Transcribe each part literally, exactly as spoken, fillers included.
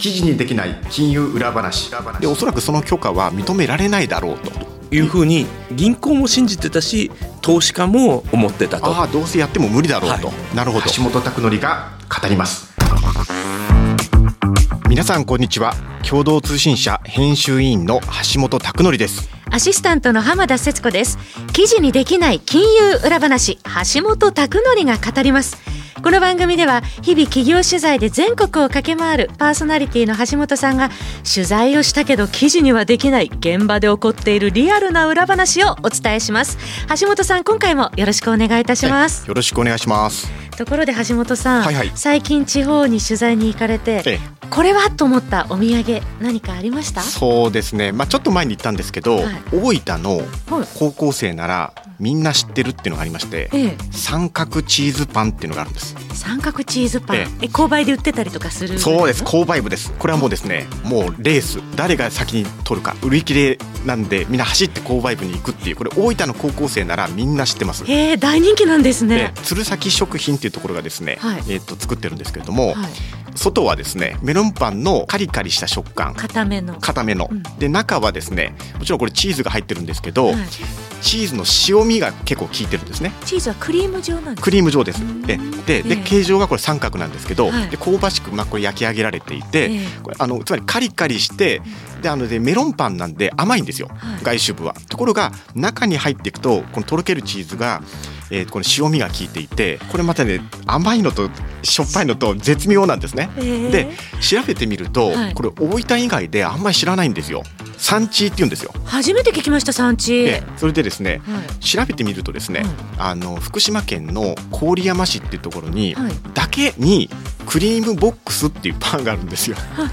記事にできない金融裏話で、おそらくその許可は認められないだろうというふうに銀行も信じてたし、投資家も思ってたと。 ああ、どうせやっても無理だろうと、はい、なるほど。 橋本拓典が語ります。 皆さんこんにちは。共同通信社編集委員の橋本拓典です。 アシスタントの浜田節子です。記事にできない金融裏話、橋本拓典が語ります。この番組では日々企業取材で全国を駆け回るパーソナリティの橋本さんが、取材をしたけど記事にはできない現場で起こっているリアルな裏話をお伝えします。橋本さん、今回もよろしくお願いいたします。 よろしくお願いします。 ところで橋本さん、 はいはい、 最近地方に取材に行かれて、ええ、これはと思ったお土産何かありました？ そうですね、まあ、ちょっと前に行ったんですけど、はい、大分の高校生ならみんな知ってるっていうのがありまして、ええ、三角チーズパンっていうのがあるんです。 三角チーズパン、ええ、購買で売ってたりとかする？ そうです、購買部です。これはもうですね、もうレース、誰が先に取るか売り切れなんで、みんな走って購買部に行くっていう、これ大分の高校生ならみんな知ってます。 へー、大人気なんですね。 鶴崎食品っていうところがですね、はい、えー、と作ってるんですけれども、はい、外はですねメロンパンのカリカリした食感、 固めの固めの、うん、で中はですね、もちろんこれチーズが入ってるんですけど、はい、チーズの塩味が結構効いてるんですね。 チーズはクリーム状なんですか？ククリーム状です。で, で, で形状がこれ三角なんですけど、はい、で香ばしく、まあ、これ焼き上げられていて、えー、これあのつまりカリカリしてであのでメロンパンなんで甘いんですよ、はい、外周部は。ところが中に入っていくとこのとろけるチーズが、えー、この塩味が効いていて、これまたね甘いのとしょっぱいのと絶妙なんですね、えー、で調べてみると、はい、これ大分以外であんまり知らないんですよ。産地って言うんですよ。 初めて聞きました、産地。 えそれでですね、はい、調べてみるとですね、はい、あの福島県の郡山市っていうところに、はい、だけにクリームボックスっていうパンがあるんですよ、はい、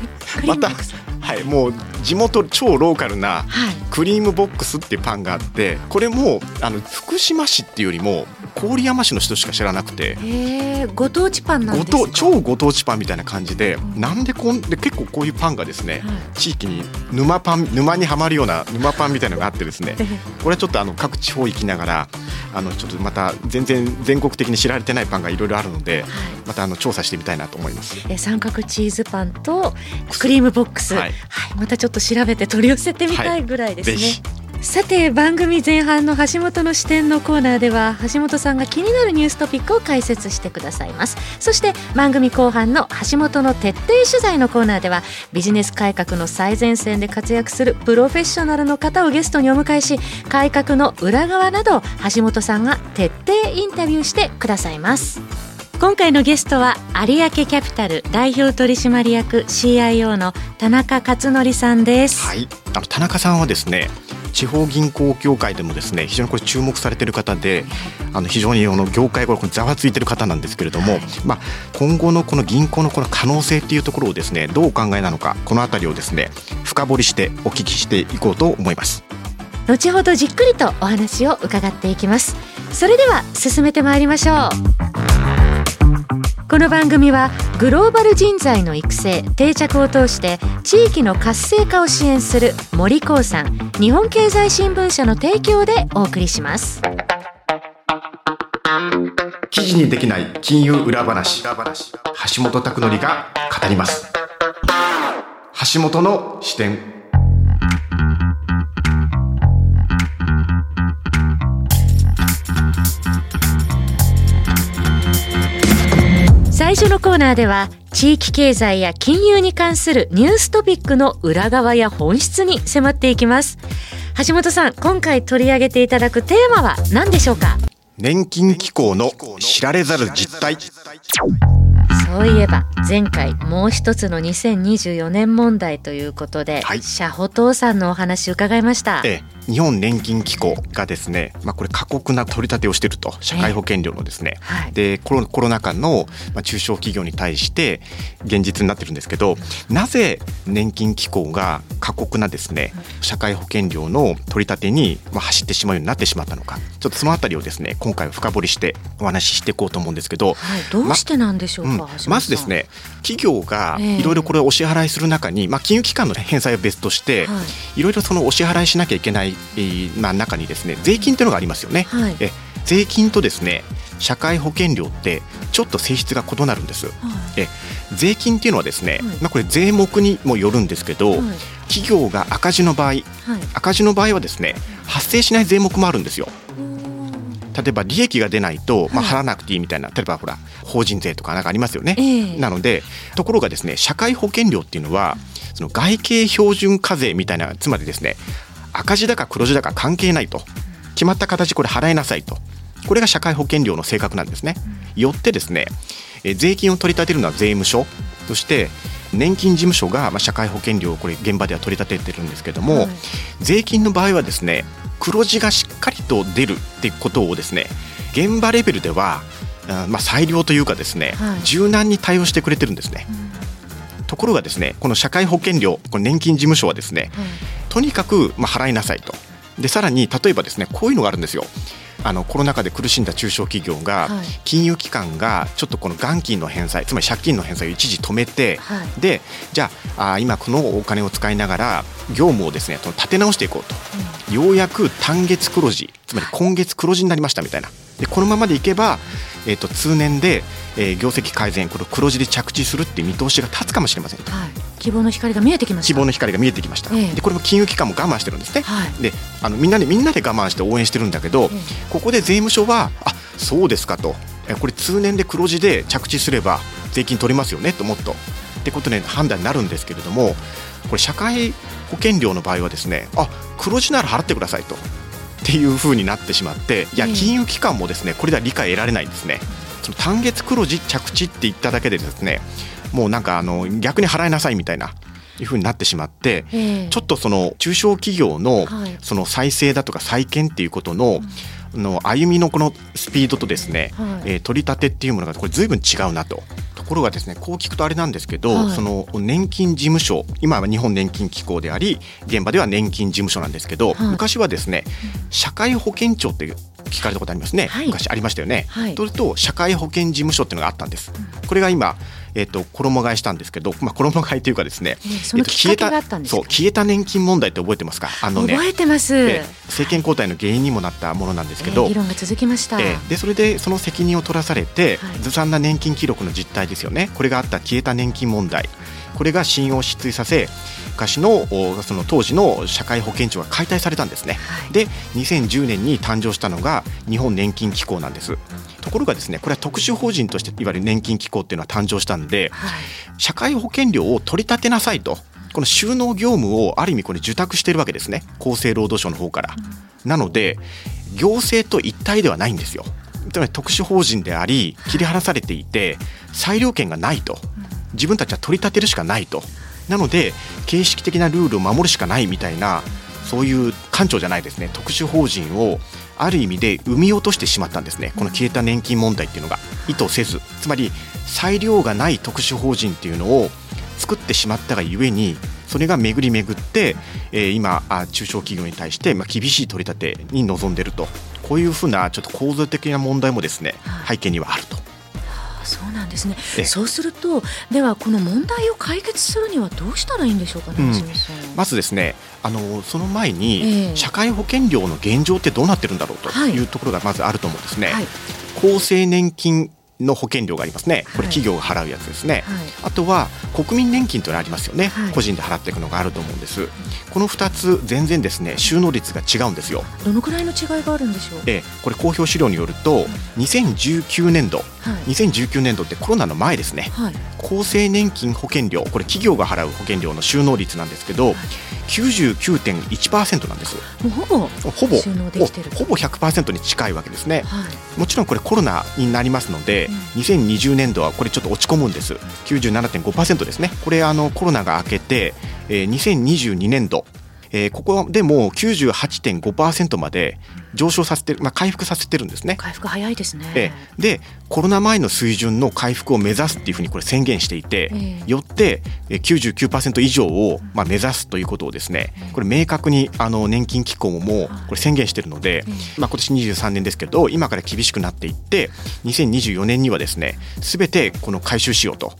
また、はい、もう地元超ローカルなクリームボックスっていうパンがあって、これもあの福島市っていうよりも郡山市の人しか知らなくて、 へー、ご当地パンなんですか？ ご当超ご当地パンみたいな感じで、うん、なんでこんで結構こういうパンがですね、はい、地域に沼パン沼にはまるような沼パンみたいなのがあってですねこれはちょっとあの各地方行きながらあのちょっとまた全然全国的に知られてないパンがいろいろあるので、はい、またあの調査してみたいなと思います。 え三角チーズパンとクリームボックス、はいはい、またちょっと調べて取り寄せてみたいぐらいですね、はい、さて番組前半の橋本の視点のコーナーでは橋本さんが気になるニューストピックを解説してくださいます。そして番組後半の橋本の徹底取材のコーナーではビジネス改革の最前線で活躍するプロフェッショナルの方をゲストにお迎えし、改革の裏側など橋本さんが徹底インタビューしてくださいます。今回のゲストは有明キャピタル代表取締役 シーアイオー の田中勝則さんです。 はい、あの田中さんはですね、地方銀行協会でもですね非常にこれ注目されている方で、あの非常にあの業界がざわついている方なんですけれども、はい、まあ、今後のこの銀行のこの可能性っていうところをですねどうお考えなのか、このあたりをですね深掘りしてお聞きしていこうと思います。 後ほどじっくりとお話を伺っていきます。それでは進めてまいりましょう。この番組はグローバル人材の育成定着を通して地域の活性化を支援する森興産日本経済新聞社の提供でお送りします。 記事にできない金融裏話、橋本拓典が語ります。橋本の視点。 最初のコーナーでは地域経済や金融に関するニューストピックの裏側や本質に迫っていきます。橋本さん、今回取り上げていただくテーマは何でしょうか？ 年金機構の知られざる実態。 そういえば前回もう一つのにせんにじゅうよねん問題ということで、はい、社保倒産のお話伺いました。 ええ、日本年金機構がですね、まあ、これ過酷な取り立てをしていると、社会保険料のですね、えはい、でコロ、コロナ禍の、まあ、中小企業に対して現実になってるんですけど、なぜ年金機構が過酷なですね社会保険料の取り立てに、まあ、走ってしまうようになってしまったのか、ちょっとそのあたりをですね今回は深掘りしてお話ししていこうと思うんですけど、 はい、どうしてなんでしょうか。まうんまずですね、企業がいろいろこれをお支払いする中に、まあ、金融機関の返済は別としていろいろそのお支払いしなきゃいけない、まあ、中にですね税金というのがありますよね、はい、え税金とですね社会保険料ってちょっと性質が異なるんです、はい、え税金っていうのはですね、はい、まあ、これ税目にもよるんですけど、はい、企業が赤字の場合、はい、赤字の場合はですね発生しない税目もあるんですよ。例えば利益が出ないと、まあ、払わなくていいみたいな、例えばほら法人税とかなんかありますよね、えー、なのでところがですね社会保険料っていうのはその外形標準課税みたいな、つまりですね赤字だか黒字だか関係ないと、決まった形これ払いなさいと、これが社会保険料の性格なんですね。よってですねえ税金を取り立てるのは税務署、そして年金事務所がまあ社会保険料をこれ現場では取り立ててるんですけども、はい、税金の場合はですね黒字がしっかりと出るっていうことをですね現場レベルではまあ裁量というかですね、はい、柔軟に対応してくれてるんですね、うん、ところがですねこの社会保険料、この年金事務所はですね、はい、とにかくまあ払いなさいと。でさらに例えばですねこういうのがあるんですよ。あのコロナ禍で苦しんだ中小企業が、はい、金融機関がちょっとこの元金の返済、つまり借金の返済を一時止めて、はい、でじゃあ、あ今このお金を使いながら業務をですね立て直していこうと、うん、ようやく単月黒字、つまり今月黒字になりましたみたいな。でこのままでいけば、えー、と通年で、えー、業績改善、これ黒字で着地するっていう見通しが立つかもしれませんと、はい、 希望の光が見えてきました。 希望の光が見えてきました、えー、でこれも金融機関も我慢してるんですね、はい、であのみんなでみんなで我慢して応援してるんだけど、えー、ここで税務署はあそうですかと、これ通年で黒字で着地すれば税金取りますよねと、もっとってことで判断になるんですけれども、これ社会保険料の場合はですねあ黒字なら払ってくださいとっていう風になってしまって、いや金融機関もですねこれでは理解得られないんですね。その単月黒字着地って言っただけでですねもうなんかあの逆に払いなさいみたいないう風になってしまって、ちょっとその中小企業のその再生だとか再建っていうことのの歩みのこのスピードとですね、はいえー、取り立てっていうものがこれ随分違うなと。ところがですねこう聞くとあれなんですけど、はい、その年金事務所、今は日本年金機構であり現場では年金事務所なんですけど、はい、昔はですね社会保険庁って聞かれたことありますね、はい、昔ありましたよね、はい、それと社会保険事務所っていうのがあったんです、うん、これが今、えー、と衣替えしたんですけど、まあ、衣替えというかですね、 えー、そのきっかけがあったんですか。 そう消えた年金問題って覚えてますか。あの、ね、 覚えてます、 えー、政権交代の原因にもなったものなんですけど、 えー、議論が続きました、 えー、でそれでその責任を取らされて、はい、ずさんな年金記録の実態ですよね、これがあった消えた年金問題、これが信用を失墜させ昔のその当時の社会保険庁が解体されたんですね、はい、でにせんじゅうねんに誕生したのが日本年金機構なんです。ところがですねこれは特殊法人としていわゆる年金機構っていうのは誕生したんで、はい、社会保険料を取り立てなさいと、この収納業務をある意味これ受託しているわけですね、厚生労働省の方から、うん、なので行政と一体ではないんですよ。つまり特殊法人であり切り離されていて裁量権がないと、自分たちは取り立てるしかないと、なので形式的なルールを守るしかないみたいな、そういう官庁じゃないですね特殊法人をある意味で生み落としてしまったんですね、この消えた年金問題っていうのが意図せず、つまり裁量がない特殊法人っていうのを作ってしまったがゆえに、それが巡り巡って、えー、今中小企業に対して、まあ、厳しい取り立てに臨んでいると、こういうふうなちょっと構造的な問題もですね背景にはあると。 そうなんですね。そうするとではこの問題を解決するにはどうしたらいいんでしょうかね、うん、 まずですねあのその前に、えー、社会保険料の現状ってどうなってるんだろうというところがまずあると思うんですね、はい、厚生年金の保険料がありますね、これ企業が払うやつですね、はい、あとは国民年金というのがありますよね、はい、個人で払っていくのがあると思うんです。このふたつ全然ですね収納率が違うんですよ。 どのくらいの違いがあるんでしょう。 えこれ公表資料によるとにせんじゅうきゅうねんど、はい、にせんじゅうきゅうねんどってコロナの前ですね、はい、厚生年金保険料、これ企業が払う保険料の収納率なんですけど、はい、きゅうじゅうきゅうてんいちパーセント なんです。 もうほぼほぼ収納できてる、 ほぼ ひゃくパーセント に近いわけですね、はい、もちろんこれコロナになりますので、うん、にせんにじゅうねんどはこれちょっと落ち込むんです。 きゅうじゅうななてんごパーセント ですね。これあのコロナが明けて、えー、にせんにじゅうにねんど、えー、ここでも きゅうじゅうはちてんごパーセント まで上昇させて、まあ、回復させてるんですね。 回復早いですね、 えー、でコロナ前の水準の回復を目指すっていうふうにこれ宣言していて、えー、よって、えー、きゅうじゅうきゅうパーセント 以上を、まあ、目指すということをですね、これ明確にあの年金機構もこれ宣言しているので、まあ、今年にじゅうさんねんですけど今から厳しくなっていってにせんにじゅうよねんにはですね全てこの回収しようと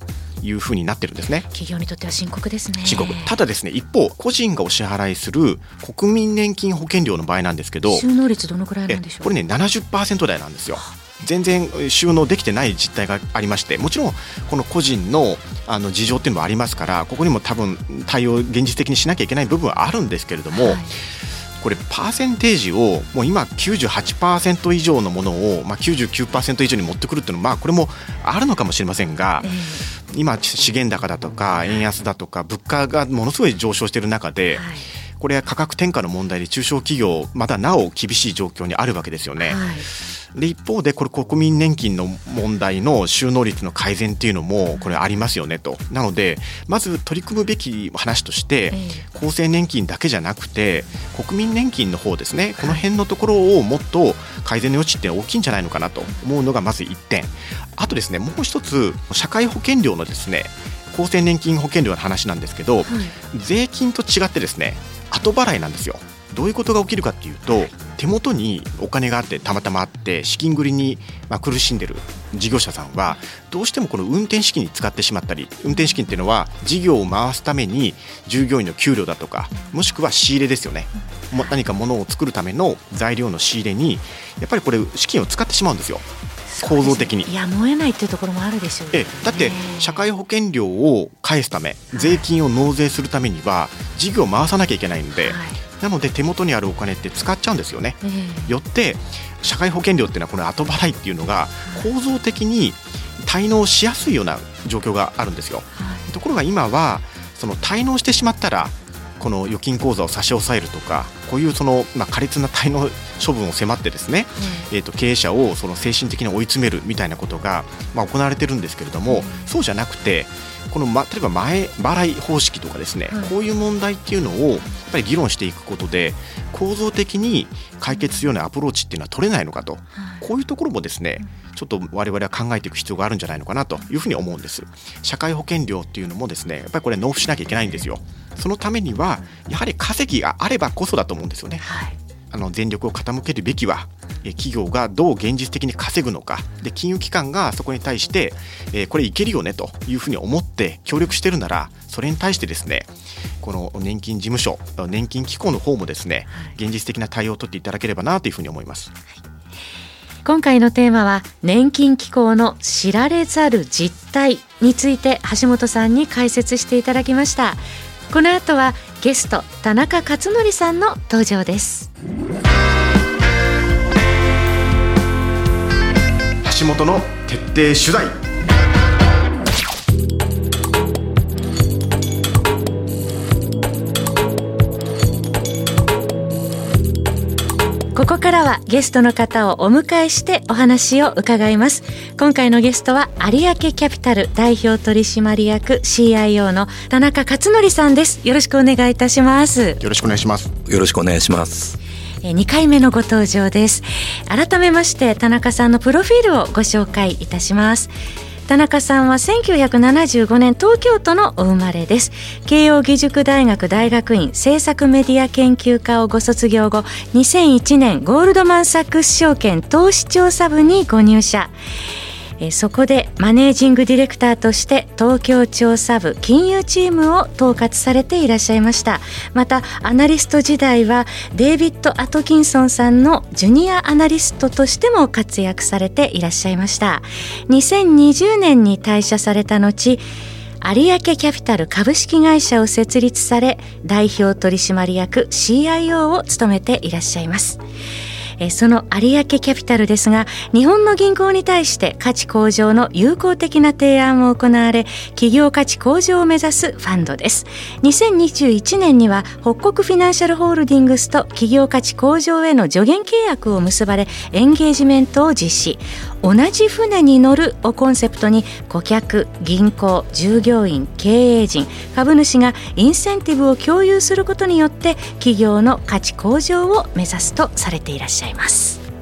いうふうになってるんですね。 企業にとっては深刻ですね。 深刻。ただですね、一方個人がお支払いする国民年金保険料の場合なんですけど、 収納率どのくらいなんでしょう。 これね ななじゅっパーセント 台なんですよ。全然収納できてない実態がありまして、もちろんこの個人のあの事情っていうのもありますから、ここにも多分対応現実的にしなきゃいけない部分はあるんですけれども、はい、これパーセンテージをもう今 きゅうじゅうはちパーセント 以上のものを、まあ、きゅうじゅうきゅうパーセント 以上に持ってくるっていうのは、まあ、これもあるのかもしれませんが、えー、今資源高だとか円安だとか物価がものすごい上昇している中で、はい、これは価格転嫁の問題で中小企業まだなお厳しい状況にあるわけですよね。はい、で一方でこれ国民年金の問題の収納率の改善っていうのもこれありますよねと。なのでまず取り組むべき話として厚生年金だけじゃなくて国民年金の方ですね、この辺のところをもっと改善の余地って大きいんじゃないのかなと思うのがまずいってん。あとですね、もう一つ社会保険料のですね、厚生年金保険料の話なんですけど、はい、税金と違ってですね後払いなんですよ。どういうことが起きるかっていうと、手元にお金があってたまたまあって資金繰りにまあ苦しんでる事業者さんはどうしてもこの運転資金に使ってしまったり、運転資金っていうのは事業を回すために従業員の給料だとか、もしくは仕入れですよね、何か物を作るための材料の仕入れにやっぱりこれ資金を使ってしまうんですよ、構造的に。 やむを得ないっていうところもあるでしょうね。 えだって社会保険料を返すため、税金を納税するためには事業を回さなきゃいけないので、はい、なので手元にあるお金って使っちゃうんですよね。よって社会保険料っていうのはこの後払いっていうのが構造的に滞納しやすいような状況があるんですよ。はい、ところが今はその滞納してしまったらこの預金口座を差し押さえるとか、こういうその、まあ、苛烈な滞納処分を迫ってですね、うんえー、と経営者をその精神的に追い詰めるみたいなことが、まあ、行われてるんですけれども、うん、そうじゃなくてこの、ま、例えば前払い方式とかですね、うん、こういう問題っていうのをやっぱり議論していくことで構造的に解決するようなアプローチっていうのは取れないのかと、うん、こういうところもですね、ちょっと我々は考えていく必要があるんじゃないのかなというふうに思うんです。社会保険料っていうのもですね、やっぱりこれ納付しなきゃいけないんですよ。そのためにはやはり稼ぎがあればこそだと思うんですよね。はい、あの全力を傾けるべきは企業がどう現実的に稼ぐのかで、金融機関がそこに対して、えー、これいけるよねというふうに思って協力してるなら、それに対してですね、この年金事務所、年金機構の方もですね、現実的な対応を取っていただければなというふうに思います。はい、 今回のテーマは年金機構の知られざる実態について橋本さんに解説していただきました。この後はゲスト田中勝則さんの登場です。 橋本の徹底取材。 ここからはゲストの方をお迎えしてお話を伺います。今回のゲストは有明キャピタル代表取締役 シーアイオー の田中勝則さんです。よろしくお願いいたします。 よろしくお願いします。 よろしくお願いします。 にかいめのご登場です。改めまして田中さんのプロフィールをご紹介いたします。田中さんはせんきゅうひゃくななじゅうごねん東京都のお生まれです。慶應義塾大学大学院政策メディア研究科をご卒業後、にせんいちねんゴールドマンサックス証券投資調査部にご入社。えそこでマネージングディレクターとして東京調査部金融チームを統括されていらっしゃいました。またアナリスト時代はデイビッド・アトキンソンさんのジュニアアナリストとしても活躍されていらっしゃいました。にせんにじゅうねんに退社された後、有明キャピタル株式会社を設立され、代表取締役 シーアイオー を務めていらっしゃいます。その有明キャピタルですが、日本の銀行に対して価値向上の有効的な提案を行われ、企業価値向上を目指すファンドです。にせんにじゅういちねんには北国フィナンシャルホールディングスと企業価値向上への助言契約を結ばれ、エンゲージメントを実施。同じ船に乗るをコンセプトに、顧客、銀行、従業員、経営陣、株主がインセンティブを共有することによって企業の価値向上を目指すとされていらっしゃいます。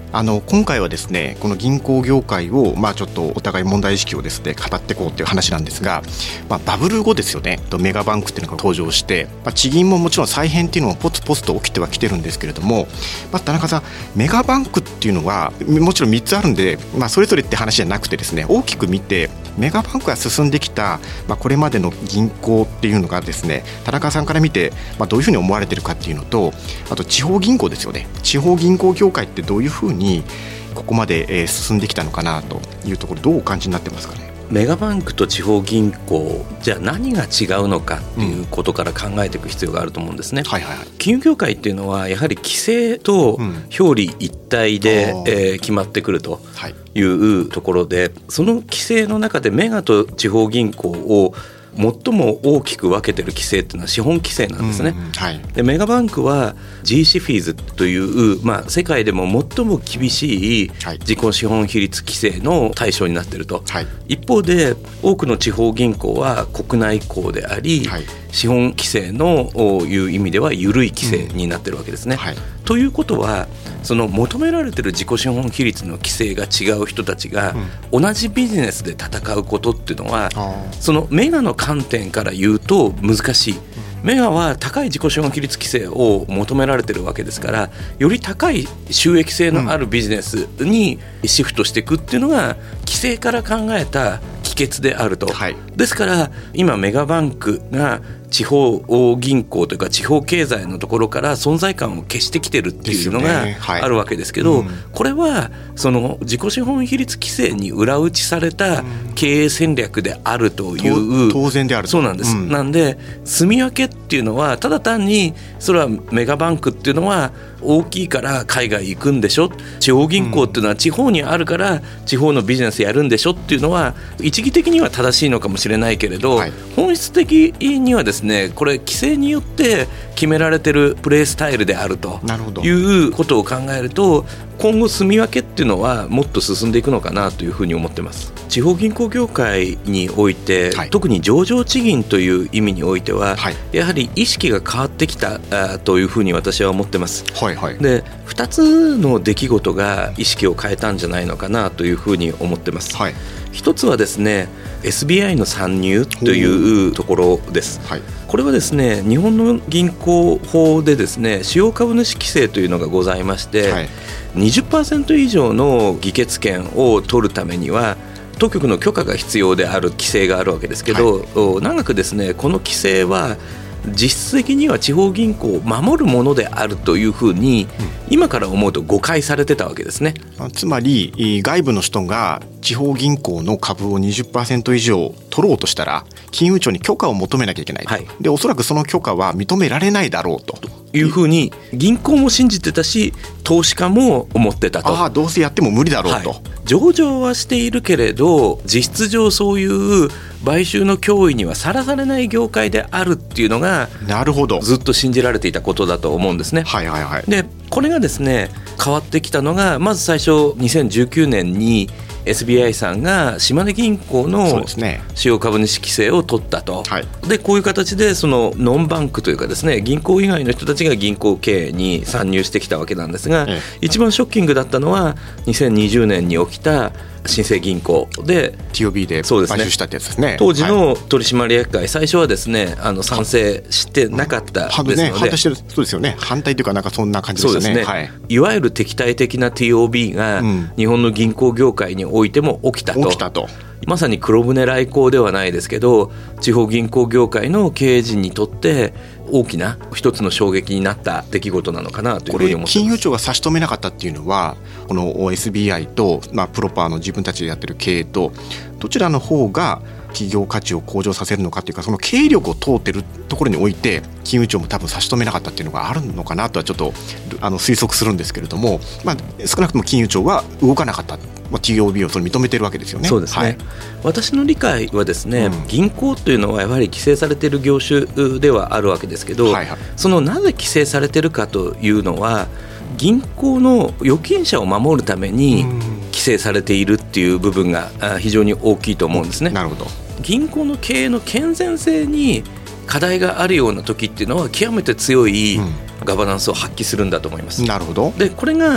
あの今回はですねこの銀行業界を、まあ、ちょっとお互い問題意識をですね語っていこうという話なんですが、まあ、バブル後ですよねメガバンクっていうのが登場して、まあ、地銀ももちろん再編っていうのもポツポツと起きてはきてるんですけれども、まあ、田中さんメガバンクっていうのはもちろんみっつあるんで、まあ、それぞれって話じゃなくてですね大きく見てメガバンクが進んできた、まあ、これまでの銀行っていうのがですね田中さんから見て、まあ、どういうふうに思われてるかっていうのとあと地方銀行ですよね地方銀行業界ってどういうふうにここまで進んできたのかなというところどうお感じになってますかね。 メガバンクと地方銀行じゃあ何が違うのかっていうことから考えていく必要があると思うんですね、うんはいはいはい、金融業界っていうのはやはり規制と表裏一体で、うんえー、決まってくるというところでその規制の中でメガと地方銀行を最も大きく分けている規制っていうのは資本規制なんですね、うんうんはい、でメガバンクは G シフィーズという、まあ、世界でも最も厳しい自己資本比率規制の対象になっていると、はい、一方で多くの地方銀行は国内行であり、はい、資本規制のいう意味では緩い規制になっているわけですね、うんはい、ということはその求められている自己資本比率の規制が違う人たちが同じビジネスで戦うことっていうのは、うん、そのメガの観点から言うと難しい。メガは高い自己資本比率規制を求められているわけですからより高い収益性のあるビジネスにシフトしていくっていうのが規制から考えた帰結であると、はい、ですから今メガバンクが地方銀行というか地方経済のところから存在感を消してきてるっていうのがあるわけですけど、ですよねはいうん、これはその自己資本比率規制に裏打ちされた経営戦略であるという、 うん、当然であるそうなんです、うん、なんで住み分けっていうのはただ単にそれはメガバンクっていうのは大きいから海外行くんでしょ地方銀行っていうのは地方にあるから地方のビジネスやるんでしょっていうのは一義的には正しいのかもしれないけれど、はい、本質的にはですねこれ規制によって決められてるプレースタイルであるということを考えると今後住み分けっていうのはもっと進んでいくのかなというふうに思ってます。地方銀行業界において、はい、特に上場地銀という意味においては、はい、やはり意識が変わってきたというふうに私は思ってます、はいはい、でふたつの出来事が意識を変えたんじゃないのかなというふうに思ってます、はい、一つはですね エスビーアイ の参入というところです、はい、これはですね日本の銀行法でですね主要株主規制というのがございまして、はい、にじゅっパーセント 以上の議決権を取るためには当局の許可が必要である規制があるわけですけど、はい、長くですねこの規制は実質的には地方銀行を守るものであるというふうに、うん、今から思うと誤解されてたわけですね。 つまり外部の人が地方銀行の株を にじゅっパーセント 以上取ろうとしたら金融庁に許可を求めなきゃいけない、はい、でおそらくその許可は認められないだろうというふうに銀行も信じてたし投資家も思ってたと。 ああどうせやっても無理だろうと、はい、 上場はしているけれど実質上そういう買収の脅威にはさらされない業界であるっていうのがなるほどずっと信じられていたことだと思うんですね、はいはいはい、でこれがですね変わってきたのがまず最初にせんじゅうきゅうねんにエスビーアイ さんが島根銀行の主要株主規制を取ったと、はい、でこういう形でそのノンバンクというかですね銀行以外の人たちが銀行経営に参入してきたわけなんですが、ええ、一番ショッキングだったのはにせんにじゅうねんに起きた新生銀行でティーオービー で買収したってやつですね。 当時の取締役会、はい、最初はですねあの賛成してなかったですので、ね、 反対してるそうですよね。反対というかなんかそんな感じでしたね。そうですね、 はい、いわゆる敵対的な ティーオービー が日本の銀行業界においても起きたと、起きたとまさに黒船来航ではないですけど地方銀行業界の経営陣にとって大きな一つの衝撃になった出来事なのかなというふうに思ってます。これ金融庁が差し止めなかったっていうのはこの エスビーアイ と、まあ、プロパーの自分たちでやってる経営とどちらの方が企業価値を向上させるのかというかその経営力を問うてるところにおいて金融庁も多分差し止めなかったっていうのがあるのかなとはちょっとあの推測するんですけれども、まあ、少なくとも金融庁は動かなかった、まあ、ティーオービー をそれ認めてるわけですよね。 そうですね、はい、私の理解はですね、うん、銀行というのはやはり規制されている業種ではあるわけですけど、はいはい、そのなぜ規制されているかというのは銀行の預金者を守るために規制されているっていう部分が非常に大きいと思うんですね。 なるほど。 銀行の経営の健全性に課題があるような時っていうのは極めて強いガバナンスを発揮するんだと思います。 なるほど。 でこれが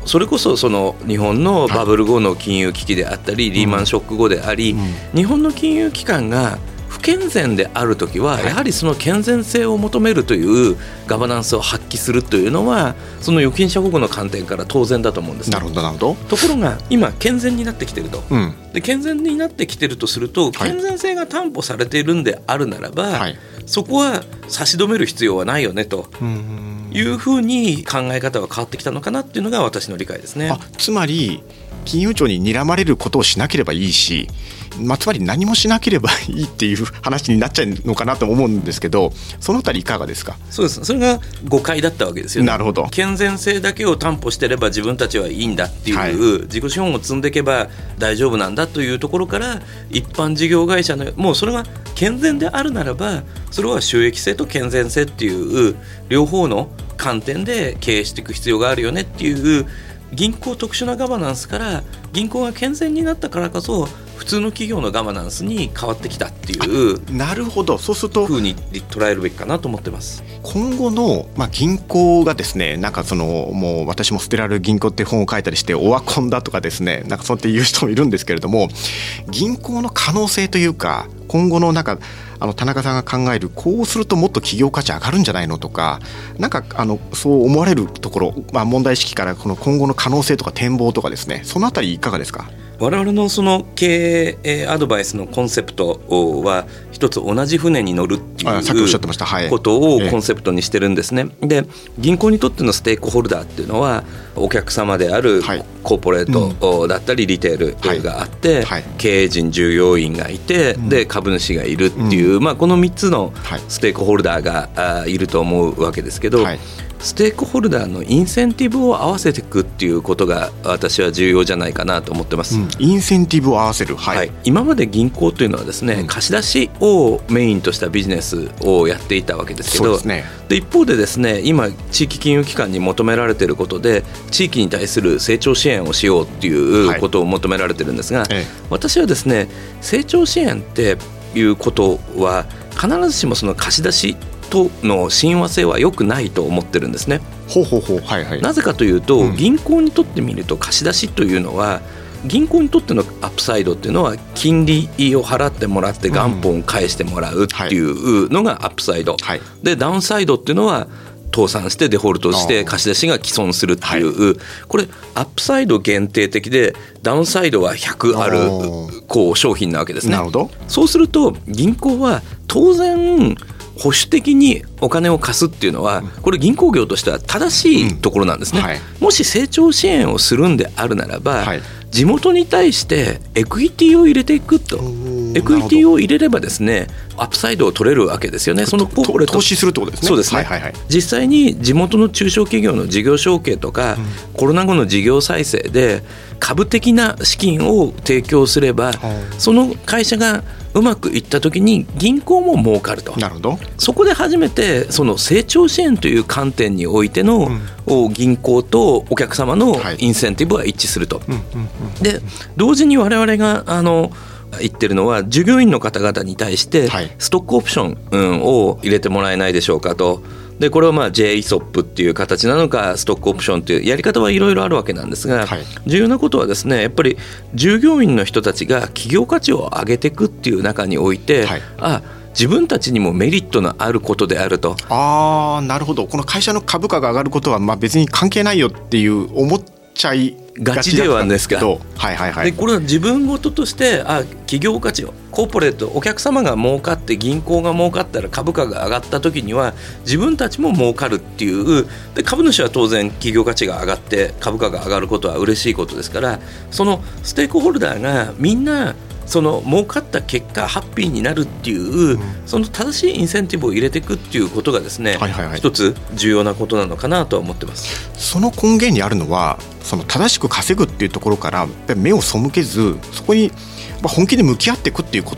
それこそその日本のバブル後の金融危機であったり、リーマンショック後であり、うん、日本の金融機関が不健全であるときはやはりその健全性を求めるというガバナンスを発揮するというのはその預金者保護の観点から当然だと思うんです。 なるほどなるほど。 ところが今健全になってきていると、 うん、 で健全になってきているとすると、健全性が担保されているんであるならば、はい、そこは差し止める必要はないよねというふうに考え方は変わってきたのかなっていうのが私の理解ですね。 あ、つまり金融庁に睨まれることをしなければいいし、まあ、つまり何もしなければいいっていう話になっちゃうのかなと思うんですけど、そのあたりいかがですか。 そうです。それが誤解だったわけですよね。 なるほど。 健全性だけを担保してれば自分たちはいいんだっていう、はい、自己資本を積んでいけば大丈夫なんだというところから、一般事業会社のもうそれが健全であるならば、それは収益性と健全性っていう両方の観点で経営していく必要があるよねっていう、銀行特殊なガバナンスから銀行が健全になったからこそ普通の企業のガバナンスに変わってきたっていう。 なるほど。そうすると風に捉えるべきかなと思ってます。 今後の、まあ、銀行がですね、なんかそのもう私も捨てられる銀行って本を書いたりしてオワコンだとかですね、なんかそうやって言う人もいるんですけれども、銀行の可能性というか今後のなんかあの田中さんが考えるこうするともっと企業価値上がるんじゃないのとか、なんかあのそう思われるところ、まあ、問題意識からこの今後の可能性とか展望とかですね、そのあたりいかがですか。 我々のその経営アドバイスのコンセプトは一つ同じ船に乗るっていうことをコンセプトにしてるんですね。で、銀行にとってのステークホルダーっていうのはお客様であるコーポレートだったりリテールがあって、経営陣従業員がいて、で株主がいるっていう、まあ、このみっつのステークホルダーがいると思うわけですけど、ステークホルダーのインセンティブを合わせていくっていうことが私は重要じゃないかなと思ってます、うん、 インセンティブを合わせる、はいはい、 今まで銀行というのはですね、うん、貸し出しをメインとしたビジネスをやっていたわけですけど、そうですね。で一方でですね、今地域金融機関に求められていることで地域に対する成長支援をしようっていうことを求められているんですが、はい、私はですね、成長支援っていうことは必ずしもその貸し出しとの親和性は良くないと思ってるんですね。 ほうほうほう、はいはい、 なぜかというと、うん、銀行にとってみると貸し出しというのは銀行にとってのアップサイドっていうのは金利を払ってもらって元本を返してもらうっていうのがアップサイド、はい、でダウンサイドっていうのは倒産してデフォルトして貸し出しが既存するっていう、はい、これアップサイド限定的でダウンサイドはひゃくあるこう商品なわけですね。 なるほど。 そうすると銀行は当然保守的にお金を貸すっていうのはこれ銀行業としては正しいところなんですね、うんはい、もし成長支援をするんであるならば、はい、地元に対してエクイティを入れていくと、エクイティを入れればですねアップサイドを取れるわけですよね。そのコーポレート投資するってことですね。 そうですね、はいはいはい、実際に地元の中小企業の事業承継とか、うん、コロナ後の事業再生で株的な資金を提供すれば、うん、その会社がうまくいった時に銀行も儲かると。 なるほど。 そこで初めてその成長支援という観点においての、うん、銀行とお客様のインセンティブは一致すると、はいうんうんうん、で同時に我々があの言ってるのは従業員の方々に対してストックオプション、うん、を入れてもらえないでしょうかと。でこれはまあ ジェイイーソップ っていう形なのかストックオプションっていうやり方はいろいろあるわけなんですが、はい、重要なことはですねやっぱり従業員の人たちが企業価値を上げていくっていう中において、はい、あ自分たちにもメリットのあることであると。 あーなるほど。この会社の株価が上がることはまあ別に関係ないよっていう思っちゃいガチではですか、 はいはいはい、 でこれは自分事としてあ企業価値をコーポレートお客様が儲かって銀行が儲かったら株価が上がった時には自分たちも儲かるっていうで株主は当然企業価値が上がって株価が上がることは嬉しいことですから、そのステークホルダーがみんなその儲かった結果ハッピーになるっていう、うん、その正しいインセンティブを入れていくっていうことがですね、はいはいはい、一つ重要なことなのかなとは思ってます。 その根源にあるのはその正しく稼ぐっていうところから目を背けずそこに本気で向き合っていくっていうこと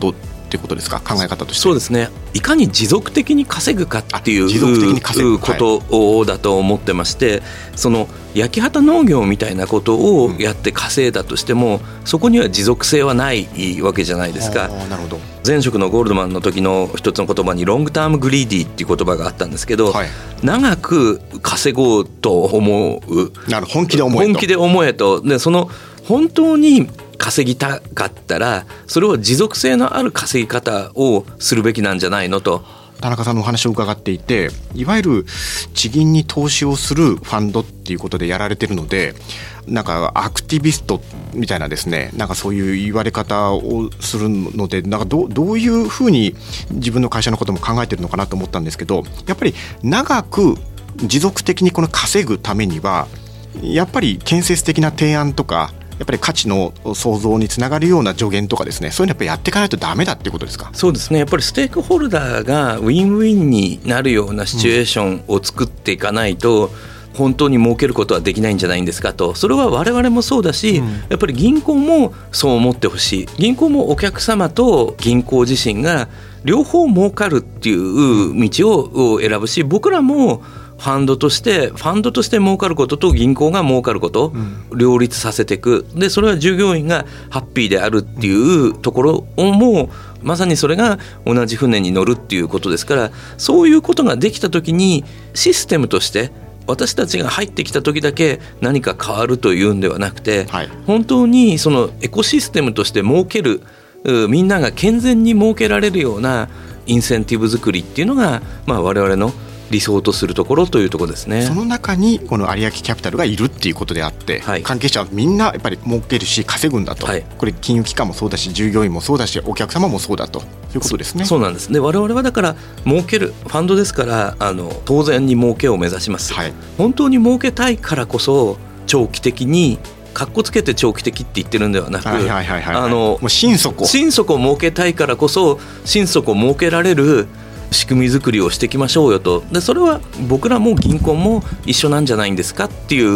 っていうことですか、考え方として。 そうですね、いかに持続的に稼ぐかっていう持続的に稼ぐことだと思ってまして、はい、その焼き畑農業みたいなことをやって稼いだとしても、うん、そこには持続性はないわけじゃないですか。 なるほど。 前職のゴールドマンの時の一つの言葉にロングタームグリーディーっていう言葉があったんですけど、はい、長く稼ごうと思う、 なる本気で思えと本気で思えとでその本当に稼ぎたかったらそれは持続性のある稼ぎ方をするべきなんじゃないのと。 田中さんのお話を伺っていて、いわゆる地銀に投資をするファンドっていうことでやられてるので、なんかアクティビストみたいなですね、なんかそういう言われ方をするので、なんか ど, どういうふうに自分の会社のことも考えてるのかなと思ったんですけど、やっぱり長く持続的にこの稼ぐためにはやっぱり建設的な提案とか、やっぱり価値の創造につながるような助言とかですね、そういうのやっぱりやっていかないとダメだっていうことですか。 そうですね、やっぱりステークホルダーがウィンウィンになるようなシチュエーションを作っていかないと、うん、本当に儲けることはできないんじゃないんですかと。それは我々もそうだし、うん、やっぱり銀行もそう思ってほしい。銀行もお客様と銀行自身が両方儲かるっていう道を選ぶし、僕らもファンドとしてファンドとして儲かることと銀行が儲かることを両立させていく。でそれは従業員がハッピーであるっていうところをもうまさにそれが同じ船に乗るっていうことですから、そういうことができた時にシステムとして私たちが入ってきた時だけ何か変わるというんではなくて、はい、本当にそのエコシステムとして儲ける、みんなが健全に儲けられるようなインセンティブ作りっていうのが、まあ、我々の理想とするところというところですね。 その中にこの有明キャピタルがいるっていうことであって、はい、関係者はみんなやっぱり儲けるし稼ぐんだと、はい、これ金融機関もそうだし従業員もそうだしお客様もそうだということですね。 そ, そうなんです。で我々はだから儲けるファンドですから、あの当然に儲けを目指します、はい、本当に儲けたいからこそ長期的にかっこつけて長期的って言ってるんではなく、 もう心底心底儲けたいからこそ心底儲けられる仕組み作りをしていきましょうよと。でそれは僕らも銀行も一緒なんじゃないんですかっていう、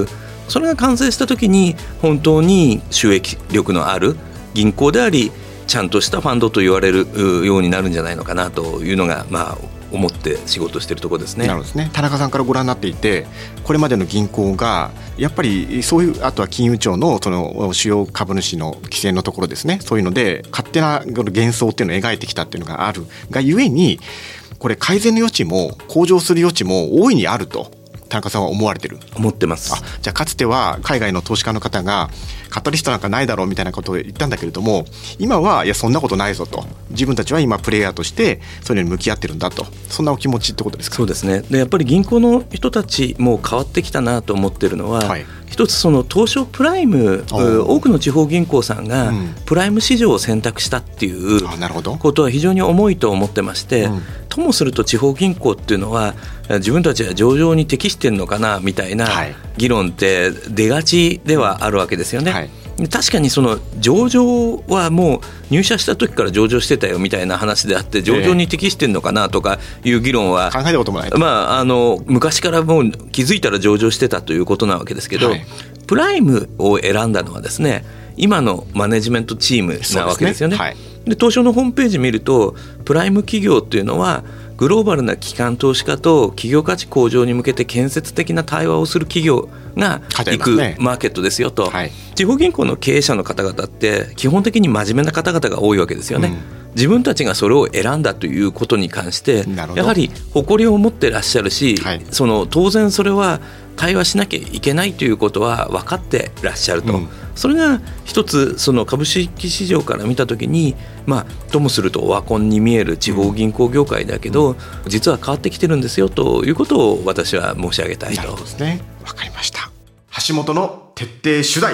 それが完成した時に本当に収益力のある銀行でありちゃんとしたファンドと言われるようになるんじゃないのかなというのが、まあ思って仕事しているところですね。 なるほどですね。田中さんからご覧になっていて、これまでの銀行がやっぱりそういう、あとは金融庁のその主要株主の規制のところですね、そういうので勝手な幻想っていうのを描いてきたっていうのがあるがゆえに、これ改善の余地も向上する余地も大いにあると田中さんは思われてる。 思ってます。 あ、じゃあかつては海外の投資家の方がカタリストなんかないだろうみたいなことを言ったんだけれども、今はいやそんなことないぞと、自分たちは今プレイヤーとしてそういうのに向き合ってるんだと、そんなお気持ちってことですか。 そうですね。でやっぱり銀行の人たちも変わってきたなと思ってるのは、はい、一つその東証プライム、多くの地方銀行さんがプライム市場を選択したっていうことは非常に重いと思ってまして、うん、ともすると地方銀行っていうのは自分たちは上場に適してるのかなみたいな議論って出がちではあるわけですよね、はい、確かにその上場はもう入社した時から上場してたよみたいな話であって、上場に適してるのかなとかいう議論は考えたこともない、 まあ、あの昔からもう気づいたら上場してたということなわけですけど、はい、プライムを選んだのはですね、今のマネジメントチームなわけですよね。で、はい、で東証のホームページ見るとプライム企業っていうのはグローバルな機関投資家と企業価値向上に向けて建設的な対話をする企業が行くマーケットですよと、はい、地方銀行の経営者の方々って基本的に真面目な方々が多いわけですよね、うん、自分たちがそれを選んだということに関してやはり誇りを持ってらっしゃるし、はい、その当然それは対話しなきゃいけないということは分かってらっしゃると、うん、それが一つその株式市場から見たときに、まあ、ともするとオワコンに見える地方銀行業界だけど、うん、実は変わってきてるんですよということを私は申し上げたいと。 なるほどですね。わかりました。橋本の徹底取材。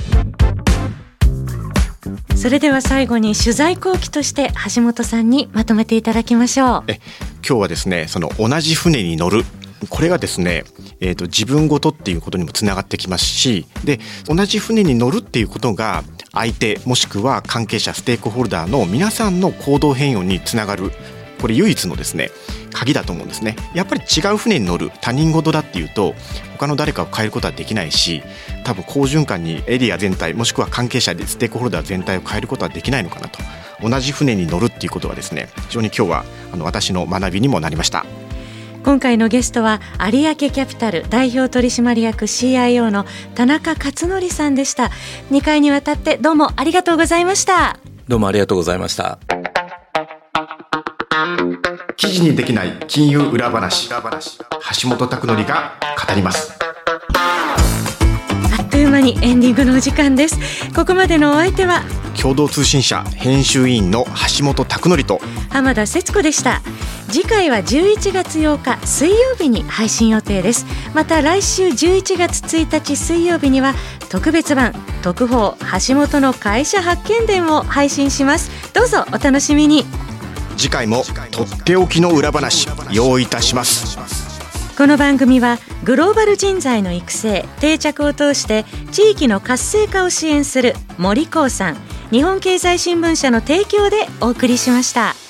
それでは最後に取材後期として橋本さんにまとめていただきましょう。 え今日はですね、その同じ船に乗る、これがですね、えーと、自分ごとっていうことにもつながってきますし、で同じ船に乗るっていうことが相手もしくは関係者ステークホルダーの皆さんの行動変容につながる、これ唯一のですね鍵だと思うんですね。やっぱり違う船に乗る、他人事だっていうと他の誰かを変えることはできないし、多分好循環にエリア全体もしくは関係者でステークホルダー全体を変えることはできないのかなと同じ船に乗るっていうことはですね、非常に今日はあの私の学びにもなりました。 今回のゲストは有明キャピタル代表取締役 シーアイオー の田中勝則さんでした。にかいにわたってどうもありがとうございました。 どうもありがとうございました。 記事にできない金融裏話、橋本拓則が語ります。 あっという間にエンディングのお時間です。ここまでのお相手は共同通信社編集委員の橋本拓則と浜田節子でした。次回はじゅういちがつようか水曜日に配信予定です。また来週じゅういちがつついたち水曜日には特別版特報橋本の会社発見伝を配信します。どうぞお楽しみに。 次回もとっておきの裏話用意いたします。 この番組はグローバル人材の育成定着を通して地域の活性化を支援する森興産日本経済新聞社の提供でお送りしました。